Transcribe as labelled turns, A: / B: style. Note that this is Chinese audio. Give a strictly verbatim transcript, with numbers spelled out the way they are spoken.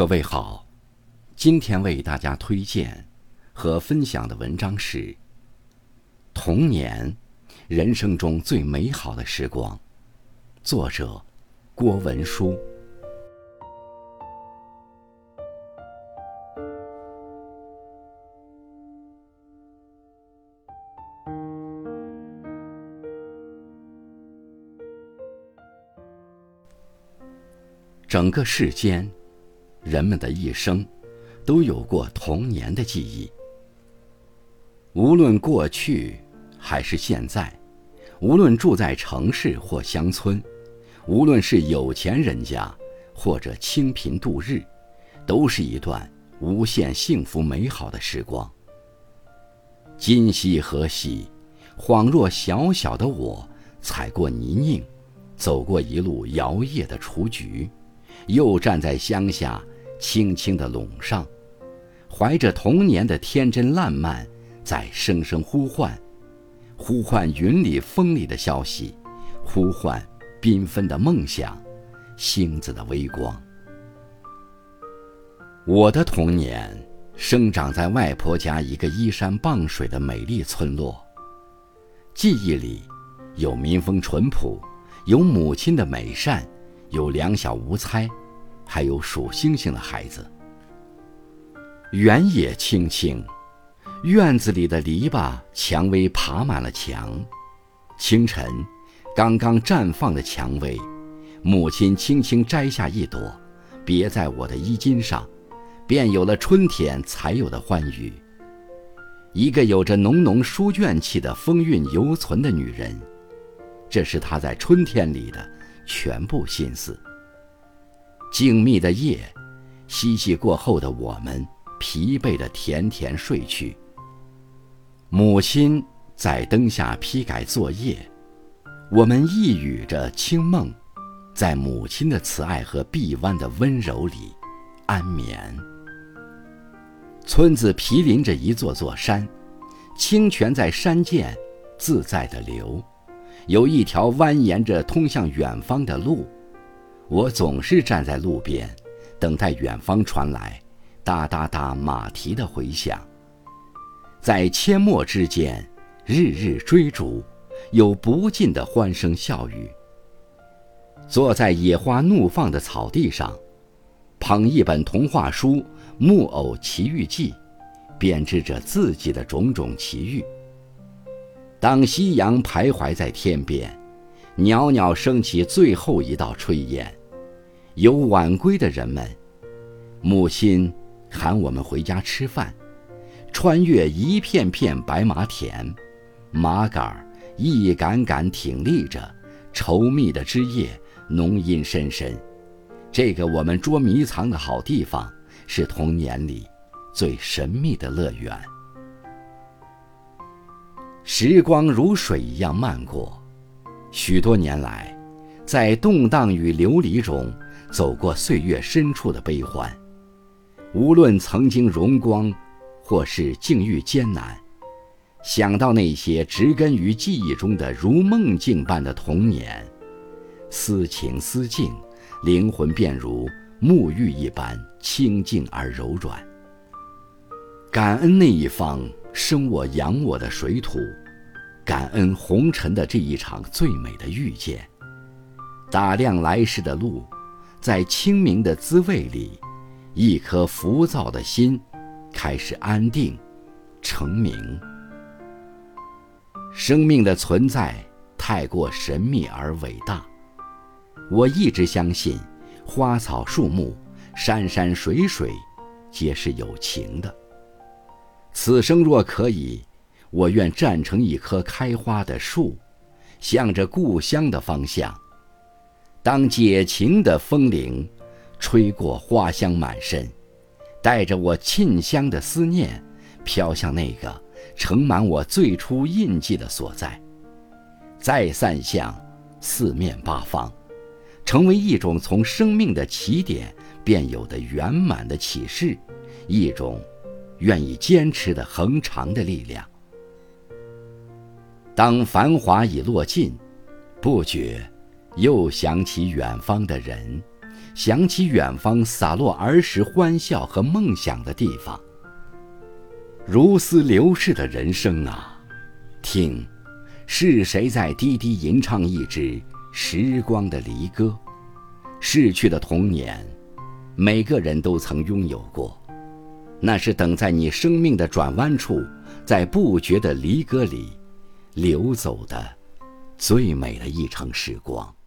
A: 各位好，今天为大家推荐和分享的文章是《童年，人生中最美好的时光》，作者郭文书。整个世间，人们的一生都有过童年的记忆。无论过去还是现在，无论住在城市或乡村，无论是有钱人家或者清贫度日，都是一段无限幸福美好的时光。今夕何夕，恍若小小的我踩过泥泞，走过一路摇曳的雏菊，又站在乡下青青的垄上，怀着童年的天真烂漫，在声声呼唤，呼唤云里风里的消息，呼唤缤纷的梦想，星子的微光。我的童年生长在外婆家一个依山傍水的美丽村落，记忆里有民风淳朴，有母亲的美善，有两小无猜，还有数星星的孩子。原野青青，院子里的篱笆蔷薇爬满了墙。清晨，刚刚绽放的蔷薇，母亲轻轻摘下一朵，别在我的衣襟上，便有了春天才有的欢愉。一个有着浓浓书卷气的风韵犹存的女人，这是她在春天里的全部心思。静谧的夜，嬉戏过后的我们疲惫地甜甜睡去。母亲在灯下批改作业，我们呓语着清梦，在母亲的慈爱和臂弯的温柔里安眠。村子毗邻着一座座山，清泉在山涧自在地流，有一条蜿蜒着通向远方的路。我总是站在路边，等待远方传来哒哒哒马蹄的回响。在阡陌之间，日日追逐，有不尽的欢声笑语。坐在野花怒放的草地上，捧一本童话书《木偶奇遇记》，编织着自己的种种奇遇。当夕阳徘徊在天边，袅袅升起最后一道炊烟，有晚归的人们，母亲喊我们回家吃饭，穿越一片片白麻田，麻杆一杆杆挺立着，稠密的枝叶浓荫深深。这个我们捉迷藏的好地方，是童年里最神秘的乐园。时光如水一样漫过，许多年来，在动荡与流离中走过岁月深处的悲欢。无论曾经荣光，或是境遇艰难，想到那些植根于记忆中的如梦境般的童年，思情思境，灵魂便如沐浴一般清净而柔软。感恩那一方生我养我的水土，感恩红尘的这一场最美的遇见。打量来时的路，在清明的滋味里，一颗浮躁的心开始安定成明。生命的存在太过神秘而伟大，我一直相信花草树木，山山水水皆是有情的。此生若可以，我愿站成一棵开花的树，向着故乡的方向。当解情的风铃吹过花香满身，带着我沁香的思念，飘向那个盛满我最初印记的所在，再散向四面八方，成为一种从生命的起点便有的圆满的启示，一种愿意坚持的恒长的力量。当繁华已落尽，不觉又想起远方的人， 想起远方洒落儿时欢笑和梦想的地方。如斯流逝的人生啊，听，是谁在低低吟唱一支时光的离歌？逝去的童年，每个人都曾拥有过，那是等在你生命的转弯处，在不觉的离歌里流走的最美的一程时光。